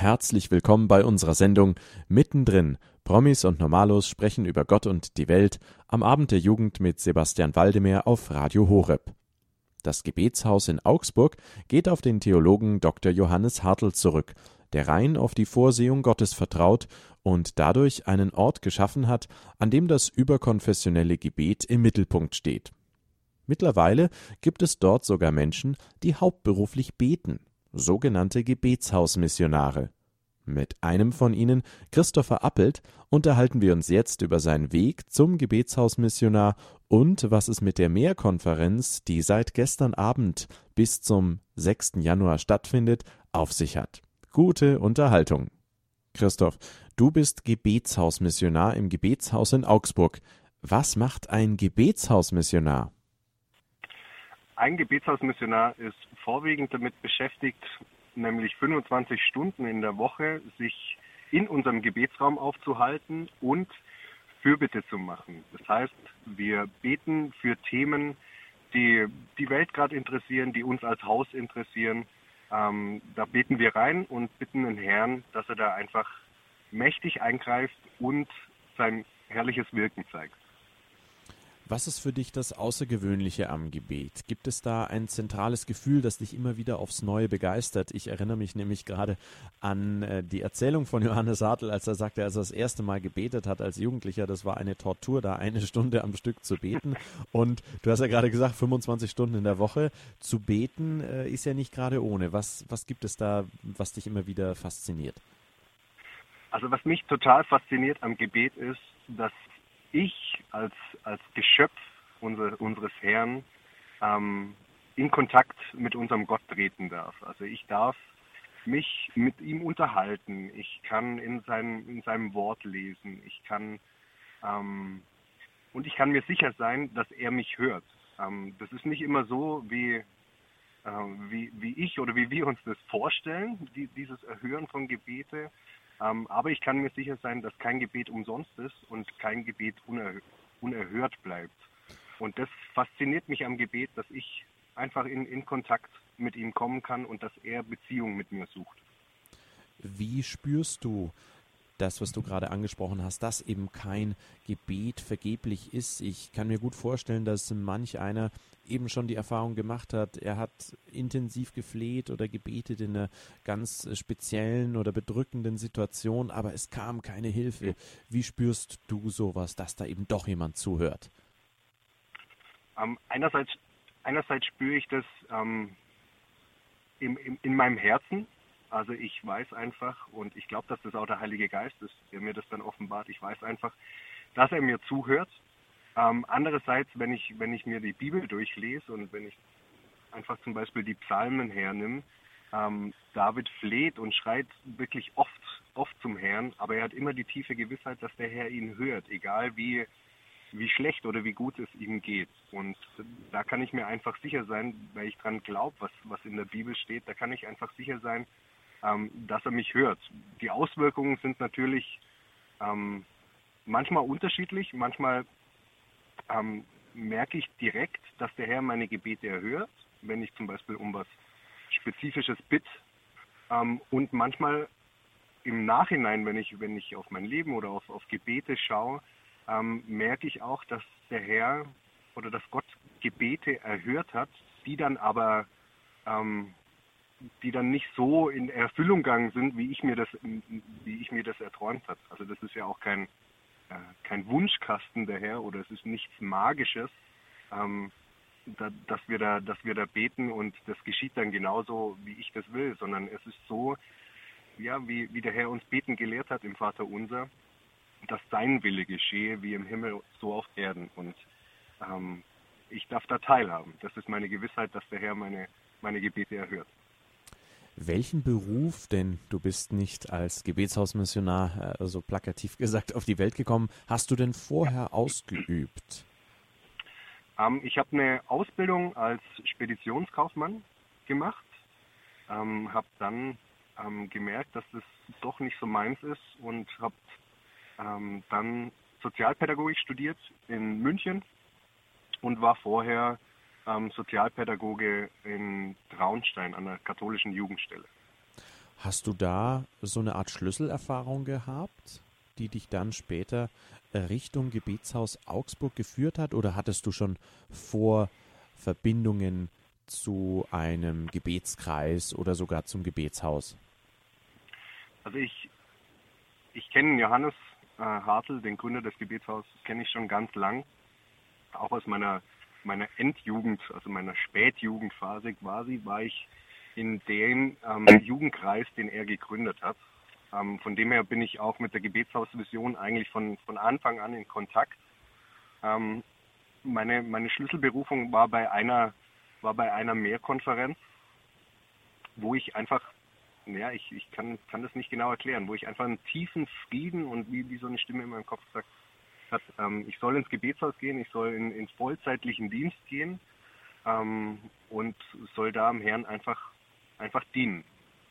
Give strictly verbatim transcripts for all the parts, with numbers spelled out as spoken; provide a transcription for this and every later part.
Herzlich willkommen bei unserer Sendung Mittendrin. Promis und Normalos sprechen über Gott und die Welt am Abend der Jugend mit Sebastian Waldemeyer auf Radio Horeb. Das Gebetshaus in Augsburg geht auf den Theologen Doktor Johannes Hartl zurück, der rein auf die Vorsehung Gottes vertraut und dadurch einen Ort geschaffen hat, an dem das überkonfessionelle Gebet im Mittelpunkt steht. Mittlerweile gibt es dort sogar Menschen, die hauptberuflich beten, sogenannte Gebetshausmissionare. Mit einem von ihnen, Christopher Appelt, unterhalten wir uns jetzt über seinen Weg zum Gebetshausmissionar und was es mit der Mehrkonferenz, die seit gestern Abend bis zum sechsten Januar stattfindet, auf sich hat. Gute Unterhaltung. Christoph, du bist Gebetshausmissionar im Gebetshaus in Augsburg. Was macht ein Gebetshausmissionar? Ein Gebetshausmissionar ist vorwiegend damit beschäftigt, nämlich fünfundzwanzig Stunden in der Woche sich in unserem Gebetsraum aufzuhalten und Fürbitte zu machen. Das heißt, wir beten für Themen, die die Welt gerade interessieren, die uns als Haus interessieren. Ähm, da beten wir rein und bitten den Herrn, dass er da einfach mächtig eingreift und sein herrliches Wirken zeigt. Was ist für dich das Außergewöhnliche am Gebet? Gibt es da ein zentrales Gefühl, das dich immer wieder aufs Neue begeistert? Ich erinnere mich nämlich gerade an äh, die Erzählung von Johannes Hartl, als er sagte, als er das erste Mal gebetet hat als Jugendlicher, das war eine Tortur, da eine Stunde am Stück zu beten. Und du hast ja gerade gesagt, fünfundzwanzig Stunden in der Woche zu beten äh, ist ja nicht gerade ohne. Was, was gibt es da, was dich immer wieder fasziniert? Also was mich total fasziniert am Gebet ist, dass ich als, als Geschöpf unser, unseres Herrn ähm, in Kontakt mit unserem Gott treten darf. Also ich darf mich mit ihm unterhalten. Ich kann in seinem, in seinem Wort lesen. Ich kann ähm, und ich kann mir sicher sein, dass er mich hört. Ähm, das ist nicht immer so, wie, äh, wie, wie ich oder wie wir uns das vorstellen, die, dieses Erhören von Gebete. Ähm, aber ich kann mir sicher sein, dass kein Gebet umsonst ist und kein Gebet unerh- unerhört bleibt. Und das fasziniert mich am Gebet, dass ich einfach in, in Kontakt mit ihm kommen kann und dass er Beziehung mit mir sucht. Wie spürst du das, was du gerade angesprochen hast, dass eben kein Gebet vergeblich ist? Ich kann mir gut vorstellen, dass manch einer eben schon die Erfahrung gemacht hat, er hat intensiv gefleht oder gebetet in einer ganz speziellen oder bedrückenden Situation, aber es kam keine Hilfe. Wie spürst du sowas, dass da eben doch jemand zuhört? Ähm, einerseits, einerseits spüre ich das ähm, im, im, in meinem Herzen. Also ich weiß einfach, und ich glaube, dass das auch der Heilige Geist ist, der mir das dann offenbart. Ich weiß einfach, dass er mir zuhört. Ähm, andererseits, wenn ich, wenn ich mir die Bibel durchlese und wenn ich einfach zum Beispiel die Psalmen hernehme, ähm, David fleht und schreit wirklich oft, oft zum Herrn, aber er hat immer die tiefe Gewissheit, dass der Herr ihn hört, egal wie, wie schlecht oder wie gut es ihm geht. Und da kann ich mir einfach sicher sein, weil ich dran glaube, was, was in der Bibel steht, da kann ich einfach sicher sein, ähm, dass er mich hört. Die Auswirkungen sind natürlich ähm, manchmal unterschiedlich, manchmal Ähm, merke ich direkt, dass der Herr meine Gebete erhört, wenn ich zum Beispiel um was Spezifisches bitte. Ähm, und manchmal im Nachhinein, wenn ich, wenn ich auf mein Leben oder auf, auf Gebete schaue, ähm, merke ich auch, dass der Herr oder dass Gott Gebete erhört hat, die dann aber ähm, die dann nicht so in Erfüllung gegangen sind, wie ich mir das, wie ich mir das erträumt habe. Also das ist ja auch kein kein Wunschkasten daher oder es ist nichts Magisches, ähm, da, dass wir da, dass wir da beten und das geschieht dann genauso, wie ich das will, sondern es ist so, ja, wie, wie der Herr uns beten gelehrt hat im Vater Unser, dass sein Wille geschehe, wie im Himmel, so auf Erden. Und ähm, ich darf da teilhaben. Das ist meine Gewissheit, dass der Herr meine, meine Gebete erhört. Welchen Beruf, denn du bist nicht als Gebetshausmissionar, äh, so plakativ gesagt, auf die Welt gekommen, hast du denn vorher ausgeübt? Ähm, ich habe eine Ausbildung als Speditionskaufmann gemacht, ähm, habe dann ähm, gemerkt, dass das doch nicht so meins ist und habe ähm, dann Sozialpädagogik studiert in München und war vorher ähm, Sozialpädagoge in Traunstein an der katholischen Jugendstelle. Hast du da so eine Art Schlüsselerfahrung gehabt, die dich dann später äh, Richtung Gebetshaus Augsburg geführt hat? Oder hattest du schon vor Verbindungen zu einem Gebetskreis oder sogar zum Gebetshaus? Also ich, ich kenne Johannes äh, Hartl, den Gründer des Gebetshauses, kenne ich schon ganz lang, auch aus meiner, meiner Endjugend, also meiner Spätjugendphase quasi, war ich in dem ähm, Jugendkreis, den er gegründet hat. Ähm, von dem her bin ich auch mit der Gebetshausvision eigentlich von, von Anfang an in Kontakt. Ähm, meine, meine Schlüsselberufung war bei einer, war bei einer Mehrkonferenz, wo ich einfach, ja, ich, ich kann, kann das nicht genau erklären, wo ich einfach einen tiefen Frieden und wie, wie so eine Stimme in meinem Kopf sagt, hat, ähm, ich soll ins Gebetshaus gehen, ich soll in, in vollzeitlichen Dienst gehen ähm, und soll da am Herrn einfach, einfach dienen.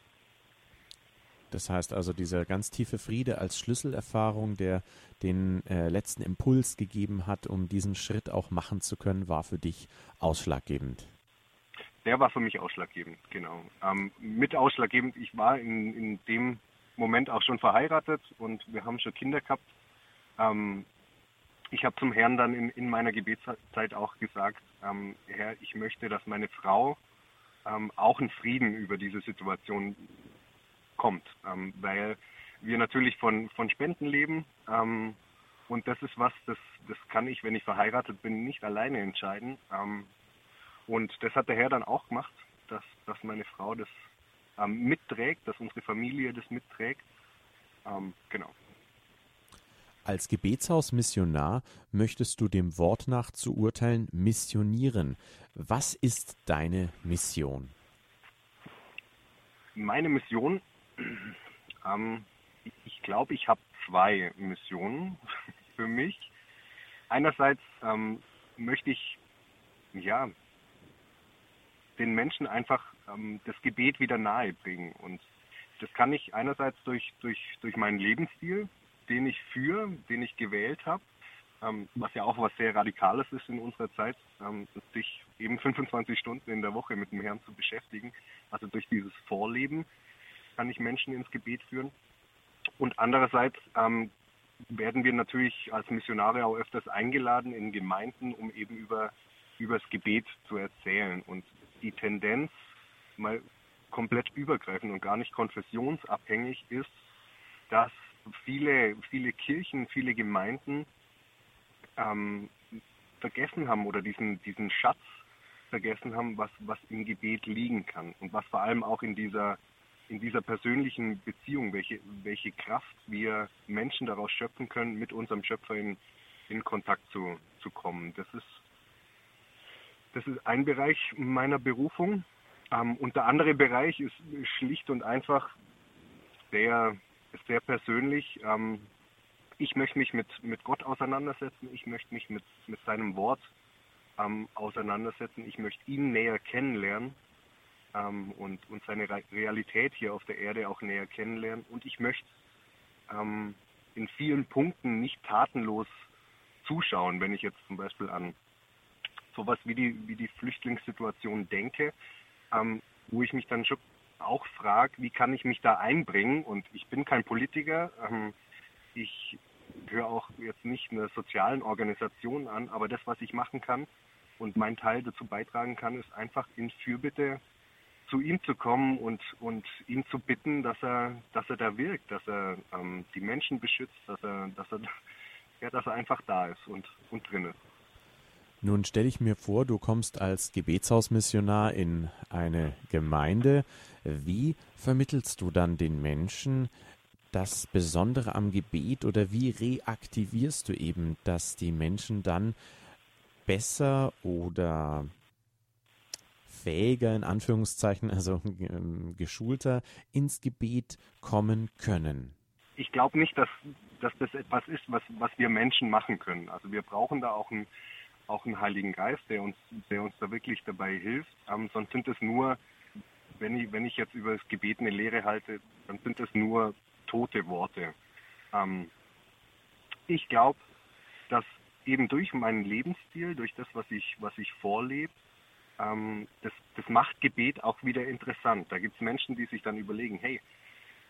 Das heißt also, dieser ganz tiefe Friede als Schlüsselerfahrung, der den äh, letzten Impuls gegeben hat, um diesen Schritt auch machen zu können, war für dich ausschlaggebend. Der war für mich ausschlaggebend, genau. Ähm, mit ausschlaggebend, ich war in, in dem Moment auch schon verheiratet und wir haben schon Kinder gehabt. Ähm, ich habe zum Herrn dann in, in meiner Gebetszeit auch gesagt, ähm, Herr, ich möchte, dass meine Frau ähm, auch einen Frieden über diese Situation kommt, ähm, weil wir natürlich von, von Spenden leben ähm, und das ist was, das, das kann ich, wenn ich verheiratet bin, nicht alleine entscheiden. Ähm, und das hat der Herr dann auch gemacht, dass, dass meine Frau das ähm, mitträgt, dass unsere Familie das mitträgt. Ähm, genau. Als Gebetshausmissionar möchtest du dem Wort nach zu urteilen missionieren. Was ist deine Mission? Meine Mission, ähm, ich glaube, ich habe zwei Missionen für mich. Einerseits ähm, möchte ich ja den Menschen einfach ähm, das Gebet wieder nahe bringen. Und das kann ich einerseits durch, durch, durch meinen Lebensstil, den ich führe, den ich gewählt habe, ähm, was ja auch was sehr Radikales ist in unserer Zeit, ähm, sich eben fünfundzwanzig Stunden in der Woche mit dem Herrn zu beschäftigen. Also durch dieses Vorleben kann ich Menschen ins Gebet führen. Und andererseits ähm, werden wir natürlich als Missionare auch öfters eingeladen in Gemeinden, um eben über übers Gebet zu erzählen. Und die Tendenz, mal komplett übergreifend und gar nicht konfessionsabhängig ist, dass viele, viele Kirchen, viele Gemeinden ähm, vergessen haben oder diesen, diesen Schatz vergessen haben, was, was im Gebet liegen kann und was vor allem auch in dieser, in dieser persönlichen Beziehung, welche, welche Kraft wir Menschen daraus schöpfen können, mit unserem Schöpfer in, in Kontakt zu, zu kommen. Das ist Das ist ein Bereich meiner Berufung. Ähm, und der andere Bereich ist schlicht und einfach sehr, sehr persönlich. Ähm, ich möchte mich mit, mit Gott auseinandersetzen. Ich möchte mich mit, mit seinem Wort ähm, auseinandersetzen. Ich möchte ihn näher kennenlernen ähm, und, und seine Re- Realität hier auf der Erde auch näher kennenlernen. Und ich möchte ähm, in vielen Punkten nicht tatenlos zuschauen, wenn ich jetzt zum Beispiel an sowas wie die, wie die Flüchtlingssituation denke, ähm, wo ich mich dann schon auch frage, wie kann ich mich da einbringen? Und ich bin kein Politiker, ähm, ich gehöre auch jetzt nicht einer sozialen Organisation an, aber das, was ich machen kann und meinen Teil dazu beitragen kann, ist einfach in Fürbitte zu ihm zu kommen und, und ihn zu bitten, dass er, dass er da wirkt, dass er ähm, die Menschen beschützt, dass er, dass er, ja, dass er einfach da ist und, und drin ist. Nun stelle ich mir vor, du kommst als Gebetshausmissionar in eine Gemeinde. Wie vermittelst du dann den Menschen das Besondere am Gebet oder wie reaktivierst du eben, dass die Menschen dann besser oder fähiger, in Anführungszeichen, also ähm, geschulter, ins Gebet kommen können? Ich glaube nicht, dass, dass das etwas ist, was, was wir Menschen machen können. Also wir brauchen da auch ein auch einen Heiligen Geist, der uns, der uns da wirklich dabei hilft. Ähm, sonst sind es nur, wenn ich, wenn ich jetzt über das Gebet eine Lehre halte, dann sind es nur tote Worte. Ähm, ich glaube, dass eben durch meinen Lebensstil, durch das, was ich, was ich vorlebe, ähm, das, das macht Gebet auch wieder interessant. Da gibt es Menschen, die sich dann überlegen, hey,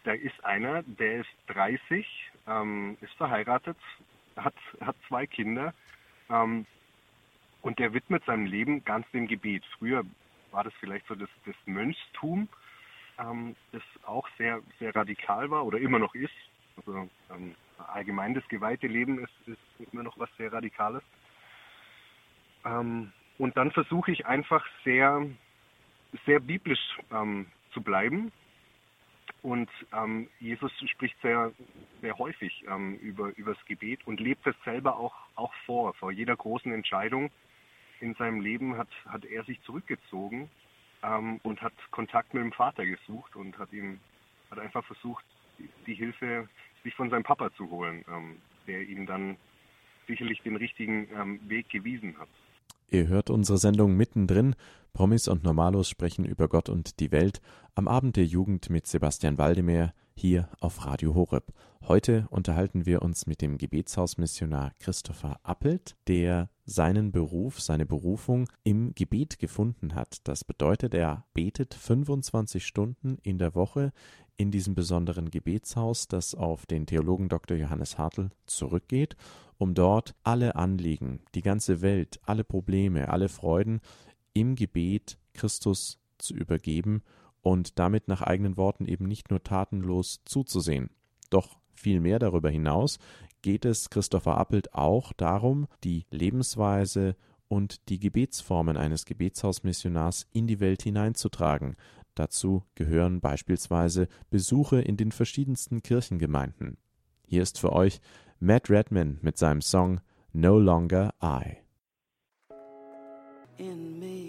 da ist einer, der ist dreißig, ähm, ist verheiratet, hat, hat zwei Kinder ähm, und der widmet seinem Leben ganz dem Gebet. Früher war das vielleicht so das, das Mönchstum, ähm, das auch sehr, sehr radikal war oder immer noch ist. Also ähm, allgemein das geweihte Leben ist, ist immer noch was sehr Radikales. Ähm, und dann versuche ich einfach sehr, sehr biblisch ähm, zu bleiben. Und ähm, Jesus spricht sehr, sehr häufig ähm, über, über das Gebet und lebt es selber auch, auch vor. Vor jeder großen Entscheidung in seinem Leben hat, hat er sich zurückgezogen ähm, und hat Kontakt mit dem Vater gesucht und hat ihm hat einfach versucht, die, die Hilfe sich von seinem Papa zu holen, ähm, der ihm dann sicherlich den richtigen ähm, Weg gewiesen hat. Ihr hört unsere Sendung mittendrin. Promis und Normalos sprechen über Gott und die Welt am Abend der Jugend mit Sebastian Waldemar hier auf Radio Horeb. Heute unterhalten wir uns mit dem Gebetshausmissionar Christopher Appelt, der seinen Beruf, seine Berufung im Gebet gefunden hat. Das bedeutet, er betet fünfundzwanzig Stunden in der Woche in diesem besonderen Gebetshaus, das auf den Theologen Doktor Johannes Hartl zurückgeht, um dort alle Anliegen, die ganze Welt, alle Probleme, alle Freuden im Gebet Christus zu übergeben und damit nach eigenen Worten eben nicht nur tatenlos zuzusehen. Doch viel mehr darüber hinaus geht es Christopher Appelt auch darum, die Lebensweise und die Gebetsformen eines Gebetshausmissionars in die Welt hineinzutragen. Dazu gehören beispielsweise Besuche in den verschiedensten Kirchengemeinden. Hier ist für euch Matt Redman mit seinem Song No Longer I. In me.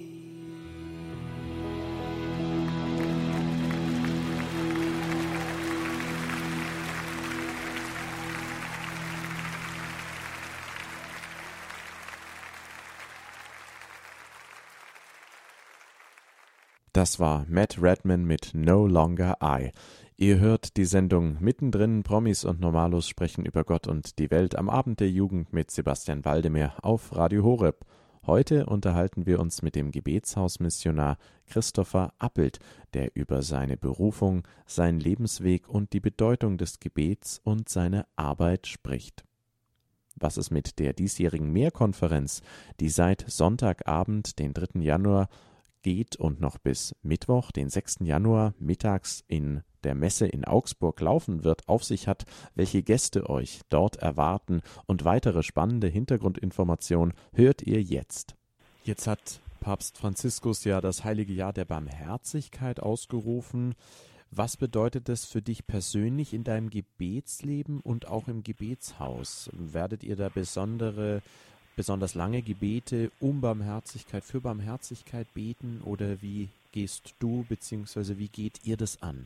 Das war Matt Redman mit No Longer I. Ihr hört die Sendung mittendrin. Promis und Normalos sprechen über Gott und die Welt am Abend der Jugend mit Sebastian Waldemar auf Radio Horeb. Heute unterhalten wir uns mit dem Gebetshausmissionar Christopher Appelt, der über seine Berufung, seinen Lebensweg und die Bedeutung des Gebets und seine Arbeit spricht. Was es mit der diesjährigen Mehrkonferenz, die seit Sonntagabend, den dritten Januar, geht und noch bis Mittwoch, den sechsten Januar, mittags in der Messe in Augsburg laufen wird, auf sich hat, welche Gäste euch dort erwarten und weitere spannende Hintergrundinformationen hört ihr jetzt. Jetzt hat Papst Franziskus ja das Heilige Jahr der Barmherzigkeit ausgerufen. Was bedeutet das für dich persönlich in deinem Gebetsleben und auch im Gebetshaus? Werdet ihr da besondere besonders lange Gebete um Barmherzigkeit, für Barmherzigkeit beten oder wie gehst du bzw. wie geht ihr das an?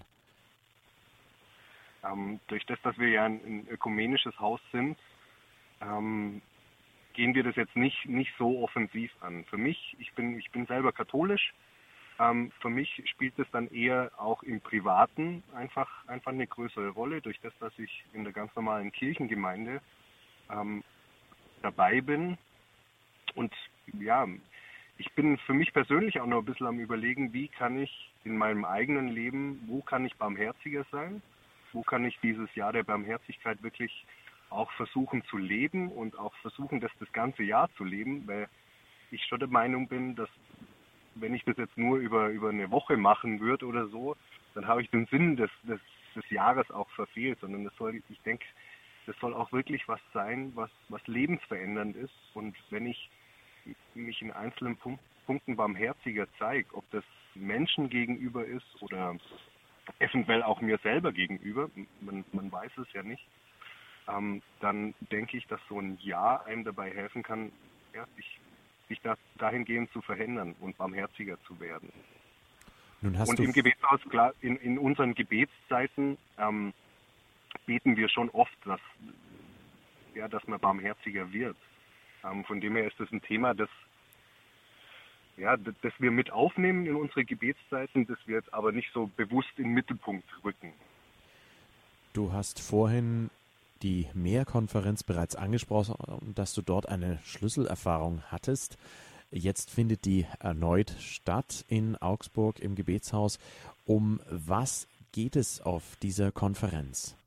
Ähm, durch das, dass wir ja ein, ein ökumenisches Haus sind, ähm, gehen wir das jetzt nicht, nicht so offensiv an. Für mich, ich bin, ich bin selber katholisch, ähm, für mich spielt es dann eher auch im Privaten einfach, einfach eine größere Rolle, durch das, dass ich in der ganz normalen Kirchengemeinde ähm, dabei bin. Und ja, ich bin für mich persönlich auch noch ein bisschen am Überlegen, wie kann ich in meinem eigenen Leben, wo kann ich barmherziger sein? Wo kann ich dieses Jahr der Barmherzigkeit wirklich auch versuchen zu leben und auch versuchen, das das ganze Jahr zu leben, weil ich schon der Meinung bin, dass wenn ich das jetzt nur über, über eine Woche machen würde oder so, dann habe ich den Sinn des, des, des Jahres auch verfehlt, sondern das soll, ich denke, das soll auch wirklich was sein, was, was lebensverändernd ist. Und wenn ich mich in einzelnen Punk- Punkten barmherziger zeige, ob das Menschen gegenüber ist oder eventuell auch mir selber gegenüber, man, man weiß es ja nicht, ähm, dann denke ich, dass so ein Jahr einem dabei helfen kann, ja, sich, sich das dahingehend zu verändern und barmherziger zu werden. Nun hast und du im Gebetshaus, klar, in, in unseren Gebetszeiten ähm, beten wir schon oft, dass, ja, dass man barmherziger wird. Ähm, von dem her ist das ein Thema, das, ja, das, das wir mit aufnehmen in unsere Gebetszeiten, das wir jetzt aber nicht so bewusst in den Mittelpunkt rücken. Du hast vorhin die Mehrkonferenz bereits angesprochen, dass du dort eine Schlüsselerfahrung hattest. Jetzt findet die erneut statt in Augsburg im Gebetshaus. Um was geht es auf dieser Konferenz?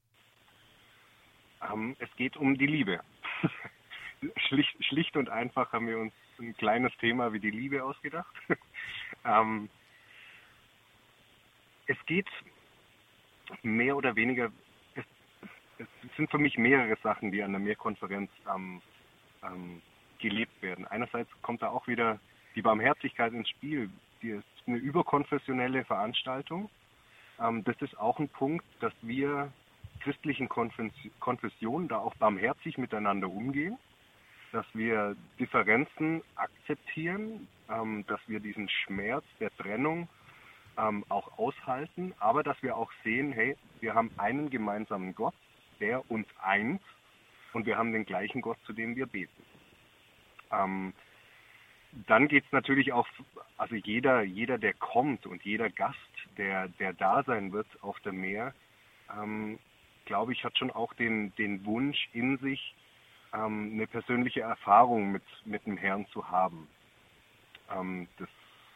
Ähm, es geht um die Liebe. schlicht, schlicht und einfach haben wir uns ein kleines Thema wie die Liebe ausgedacht. ähm, es geht mehr oder weniger, es, es sind für mich mehrere Sachen, die an der Mehrkonferenz ähm, ähm, gelebt werden. Einerseits kommt da auch wieder die Barmherzigkeit ins Spiel. Die ist eine überkonfessionelle Veranstaltung. Ähm, das ist auch ein Punkt, dass wir christlichen Konfessionen da auch barmherzig miteinander umgehen, dass wir Differenzen akzeptieren, ähm, dass wir diesen Schmerz der Trennung ähm, auch aushalten, aber dass wir auch sehen, hey, wir haben einen gemeinsamen Gott, der uns eint, und wir haben den gleichen Gott, zu dem wir beten. Ähm, dann geht es natürlich auch, also jeder, jeder, der kommt und jeder Gast, der, der da sein wird auf der Meer, ähm, glaube ich, hat schon auch den, den Wunsch in sich, ähm, eine persönliche Erfahrung mit, mit dem Herrn zu haben. Ähm, das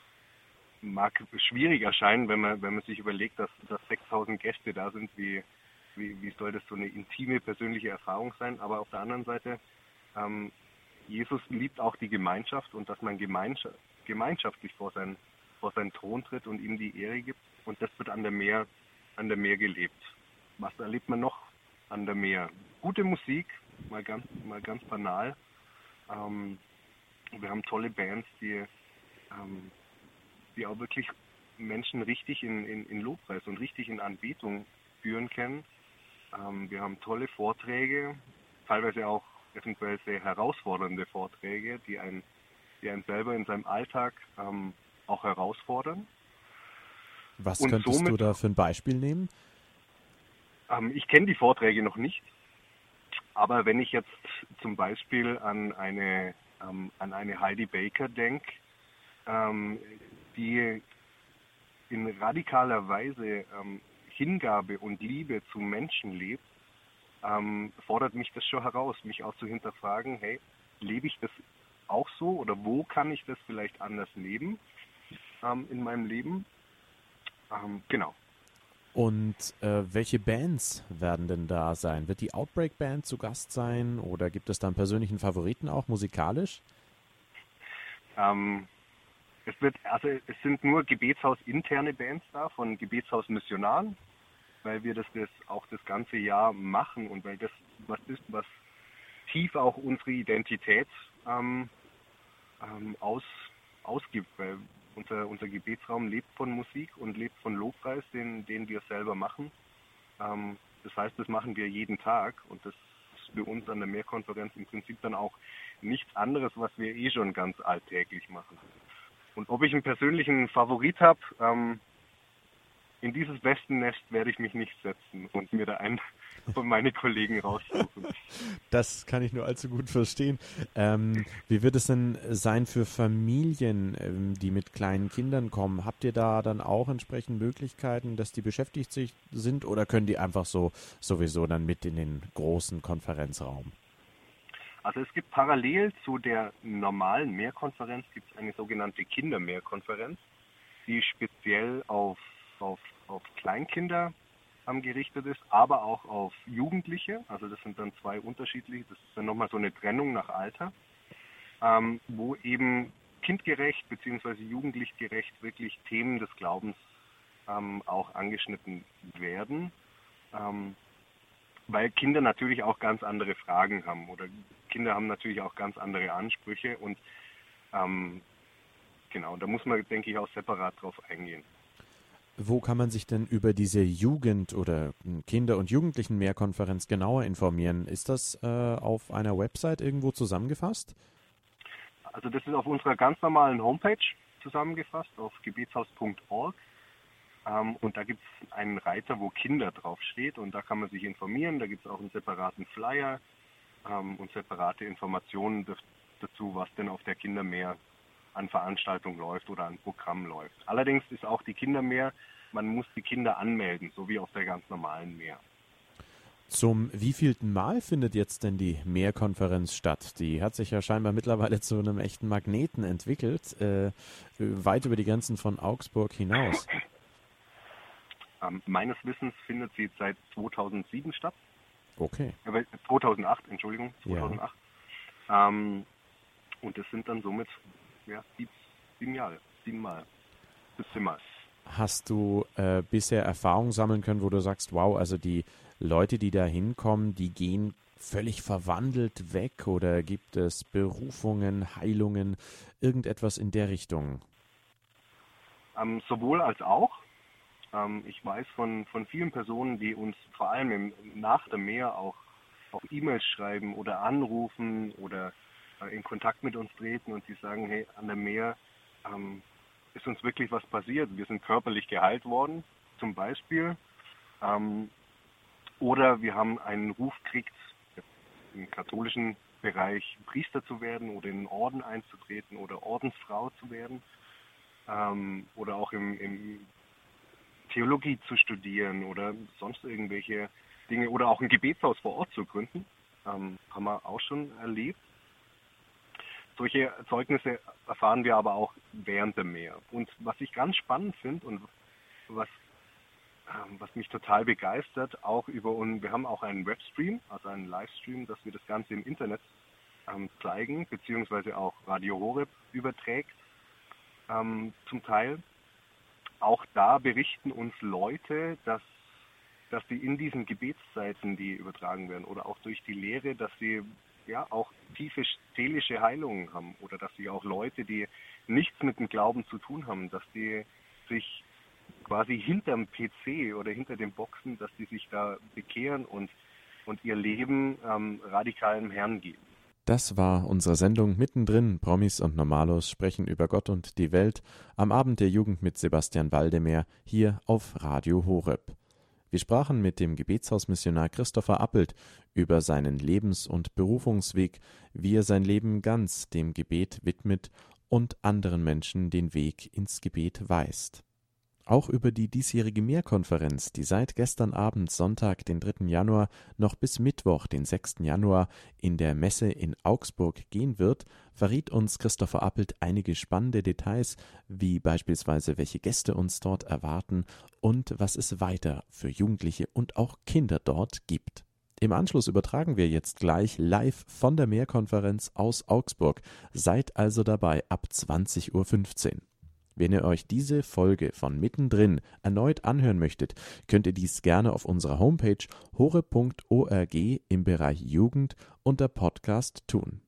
mag schwierig erscheinen, wenn man, wenn man sich überlegt, dass, dass sechstausend Gäste da sind. Wie, wie, wie soll das so eine intime, persönliche Erfahrung sein? Aber auf der anderen Seite, ähm, Jesus liebt auch die Gemeinschaft und dass man gemeinschaft, gemeinschaftlich vor, sein, vor seinen Thron tritt und ihm die Ehre gibt. Und das wird an der Meer, an der Meer gelebt. Was erlebt man noch an der Meer? Gute Musik, mal ganz, mal ganz banal. Ähm, wir haben tolle Bands, die, ähm, die auch wirklich Menschen richtig in, in, in Lobpreis und richtig in Anbetung führen können. Ähm, wir haben tolle Vorträge, teilweise auch eventuell sehr herausfordernde Vorträge, die einen, die einen selber in seinem Alltag ähm, auch herausfordern. Was und könntest somit, du da für ein Beispiel nehmen? Ähm, ich kenne die Vorträge noch nicht, aber wenn ich jetzt zum Beispiel an eine, ähm, an eine Heidi Baker denke, ähm, die in radikaler Weise ähm, Hingabe und Liebe zu Menschen lebt, ähm, fordert mich das schon heraus, mich auch zu hinterfragen, hey, lebe ich das auch so oder wo kann ich das vielleicht anders leben ähm, in meinem Leben? Ähm, genau. Und äh, welche Bands werden denn da sein? Wird die Outbreak Band zu Gast sein oder gibt es da einen persönlichen Favoriten auch musikalisch? Ähm, es wird, also es sind nur Gebetshaus-interne Bands da von Gebetshaus Missionaren, weil wir das, das auch das ganze Jahr machen und weil das was ist, was tief auch unsere Identität ähm, ähm, aus, ausgibt, weil unser, unser Gebetsraum lebt von Musik und lebt von Lobpreis, den, den wir selber machen. Ähm, das heißt, das machen wir jeden Tag und das ist für uns an der Mehrkonferenz im Prinzip dann auch nichts anderes, was wir eh schon ganz alltäglich machen. Und ob ich einen persönlichen Favorit habe, ähm, in dieses Wespennest werde ich mich nicht setzen und mir da einen von meinen Kollegen raussuchen. Das kann ich nur allzu gut verstehen. Ähm, wie wird es denn sein für Familien, ähm, die mit kleinen Kindern kommen? Habt ihr da dann auch entsprechend Möglichkeiten, dass die beschäftigt sich sind oder können die einfach so sowieso dann mit in den großen Konferenzraum? Also es gibt parallel zu der normalen Mehrkonferenz gibt es eine sogenannte Kindermehrkonferenz, die speziell auf, auf, auf Kleinkinder ähm, gerichtet ist, aber auch auf Jugendliche. Also das sind dann zwei unterschiedliche, das ist dann nochmal so eine Trennung nach Alter, ähm, wo eben kindgerecht bzw. jugendlichgerecht wirklich Themen des Glaubens ähm, auch angeschnitten werden. Ähm, weil Kinder natürlich auch ganz andere Fragen haben oder Kinder haben natürlich auch ganz andere Ansprüche und ähm, genau, da muss man, denke ich, auch separat drauf eingehen. Wo kann man sich denn über diese Jugend- oder Kinder- und Jugendlichen-Mehrkonferenz genauer informieren? Ist das äh, auf einer Website irgendwo zusammengefasst? Also das ist auf unserer ganz normalen Homepage zusammengefasst, auf gebetshaus punkt org. Ähm, und da gibt es einen Reiter, wo Kinder draufsteht und da kann man sich informieren. Da gibt es auch einen separaten Flyer ähm, und separate Informationen dazu, was denn auf der Kindermehr an Veranstaltungen läuft oder an Programm läuft. Allerdings ist auch die Kindermehr, man muss die Kinder anmelden, so wie auf der ganz normalen Meer. Zum wievielten Mal findet jetzt denn die Mehrkonferenz statt? Die hat sich ja scheinbar mittlerweile zu einem echten Magneten entwickelt, äh, weit über die Grenzen von Augsburg hinaus. Ähm, meines Wissens findet sie seit zweitausendsieben statt. Okay. Äh, zweitausendacht, Entschuldigung, zweitausendacht. Ja. Ähm, und das sind dann somit ja, sieben, sieben Jahre, sieben Mal, siebzehn Mal. Hast du äh, bisher Erfahrungen sammeln können, wo du sagst, wow, also die Leute, die da hinkommen, die gehen völlig verwandelt weg, oder gibt es Berufungen, Heilungen, irgendetwas in der Richtung? Ähm, sowohl als auch. Ähm, ich weiß von, von vielen Personen, die uns vor allem im, nach dem Meer auch auf E-Mails schreiben oder anrufen oder äh, in Kontakt mit uns treten und die sagen, hey, an dem Meer ähm, ist uns wirklich was passiert. Wir sind körperlich geheilt worden, zum Beispiel. Ähm, oder wir haben einen Ruf gekriegt, im katholischen Bereich Priester zu werden oder in den Orden einzutreten oder Ordensfrau zu werden. Ähm, oder auch im, im Theologie zu studieren oder sonst irgendwelche Dinge oder auch ein Gebetshaus vor Ort zu gründen. Ähm, haben wir auch schon erlebt. Solche Zeugnisse erfahren wir aber auch während dem Meer. Und was ich ganz spannend finde und was, ähm, was mich total begeistert, auch über uns, wir haben auch einen Webstream, also einen Livestream, dass wir das Ganze im Internet ähm, zeigen, beziehungsweise auch Radio Horeb überträgt, ähm, zum Teil. Auch da berichten uns Leute, dass, dass sie in diesen Gebetszeiten, die übertragen werden, oder auch durch die Lehre, dass sie ja auch tiefe seelische Heilungen haben, oder dass sie auch Leute, die nichts mit dem Glauben zu tun haben, dass die sich quasi hinterm P C oder hinter den Boxen, dass die sich da bekehren und, und ihr Leben ähm, radikal dem Herrn geben. Das war unsere Sendung Mittendrin. Promis und Normalos sprechen über Gott und die Welt am Abend der Jugend mit Sebastian Waldemeyer hier auf Radio Horeb. Wir sprachen mit dem Gebetshausmissionar Christopher Appelt über seinen Lebens- und Berufungsweg, wie er sein Leben ganz dem Gebet widmet und anderen Menschen den Weg ins Gebet weist. Auch über die diesjährige Mehrkonferenz, die seit gestern Abend, Sonntag, den dritten Januar, noch bis Mittwoch, den sechsten Januar, in der Messe in Augsburg gehen wird, verriet uns Christopher Appelt einige spannende Details, wie beispielsweise welche Gäste uns dort erwarten und was es weiter für Jugendliche und auch Kinder dort gibt. Im Anschluss übertragen wir jetzt gleich live von der Mehrkonferenz aus Augsburg. Seid also dabei ab zwanzig Uhr fünfzehn. Wenn ihr euch diese Folge von Mittendrin erneut anhören möchtet, könnt ihr dies gerne auf unserer Homepage horeb punkt org im Bereich Jugend unter Podcast tun.